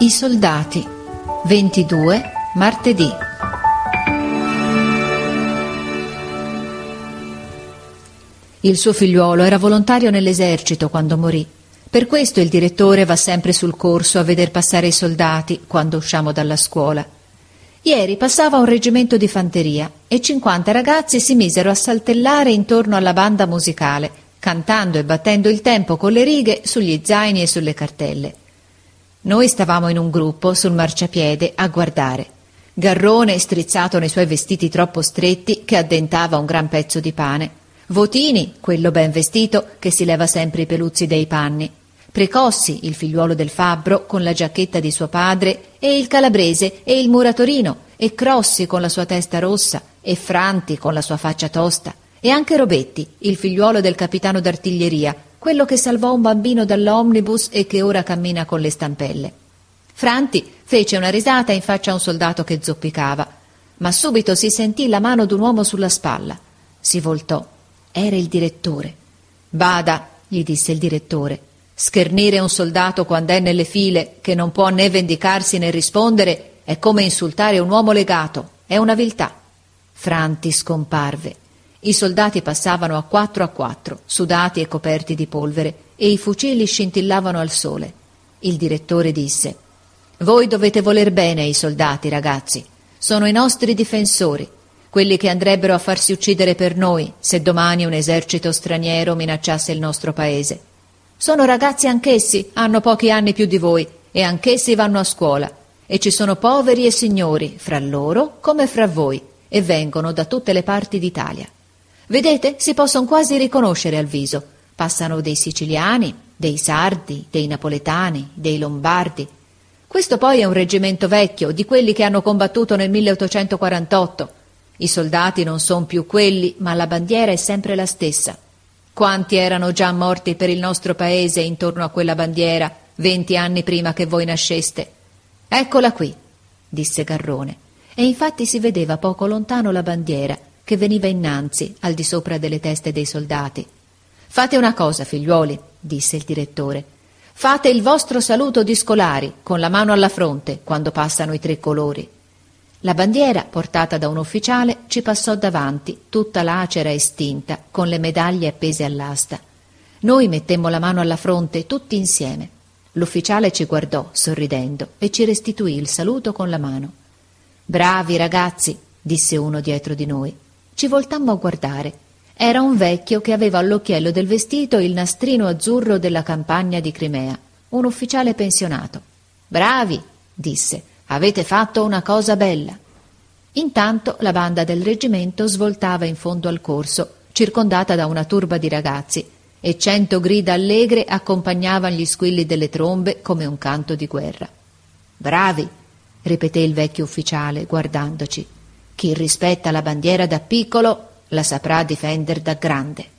I soldati, 22 martedì. Il suo figliuolo era volontario nell'esercito quando morì. Per questo il direttore va sempre sul corso a veder passare i soldati quando usciamo dalla scuola. Ieri passava un reggimento di fanteria e 50 ragazzi si misero a saltellare intorno alla banda musicale, cantando e battendo il tempo con le righe sugli zaini e sulle cartelle. Noi stavamo in un gruppo sul marciapiede a guardare. Garrone strizzato nei suoi vestiti troppo stretti che addentava un gran pezzo di pane. Votini, quello ben vestito che si leva sempre i peluzzi dei panni. Precossi, il figliuolo del fabbro con la giacchetta di suo padre, e il calabrese e il muratorino, e Crossi con la sua testa rossa, e Franti con la sua faccia tosta, e anche Robetti, il figliuolo del capitano d'artiglieria, quello che salvò un bambino dall'omnibus e che ora cammina con le stampelle. Franti fece una risata in faccia a un soldato che zoppicava, ma subito si sentì la mano d'un uomo sulla spalla. Si voltò. Era il direttore. «Bada», gli disse il direttore, «schernire un soldato quando è nelle file, che non può né vendicarsi né rispondere, è come insultare un uomo legato, è una viltà». Franti scomparve. I soldati passavano a 4, sudati e coperti di polvere, e i fucili scintillavano al sole. Il direttore disse: «Voi dovete voler bene ai soldati, ragazzi. Sono i nostri difensori, quelli che andrebbero a farsi uccidere per noi se domani un esercito straniero minacciasse il nostro paese. Sono ragazzi anch'essi, hanno pochi anni più di voi, e anch'essi vanno a scuola, e ci sono poveri e signori, fra loro come fra voi, e vengono da tutte le parti d'Italia. Vedete, si possono quasi riconoscere al viso. Passano dei siciliani, dei sardi, dei napoletani, dei lombardi. Questo poi è un reggimento vecchio, di quelli che hanno combattuto nel 1848. I soldati non son più quelli, ma la bandiera è sempre la stessa. Quanti erano già morti per il nostro paese intorno a quella bandiera 20 anni prima che voi nasceste? Eccola qui», disse Garrone, e infatti si vedeva poco lontano la bandiera che veniva innanzi al di sopra delle teste dei soldati. «Fate una cosa, figliuoli», disse il direttore. «Fate il vostro saluto di scolari, con la mano alla fronte, quando passano i tre colori». La bandiera, portata da un ufficiale, ci passò davanti, tutta lacera e stinta, con le medaglie appese all'asta. Noi mettemmo la mano alla fronte tutti insieme. L'ufficiale ci guardò, sorridendo, e ci restituì il saluto con la mano. «Bravi ragazzi», disse uno dietro di noi. Ci voltammo a guardare. Era un vecchio che aveva all'occhiello del vestito il nastrino azzurro della campagna di Crimea, un ufficiale pensionato. «Bravi», disse, «avete fatto una cosa bella». Intanto la banda del reggimento svoltava in fondo al corso, circondata da una turba di ragazzi, e 100 grida allegre accompagnavano gli squilli delle trombe come un canto di guerra. «Bravi», ripeté il vecchio ufficiale, guardandoci. «Chi rispetta la bandiera da piccolo la saprà difendere da grande».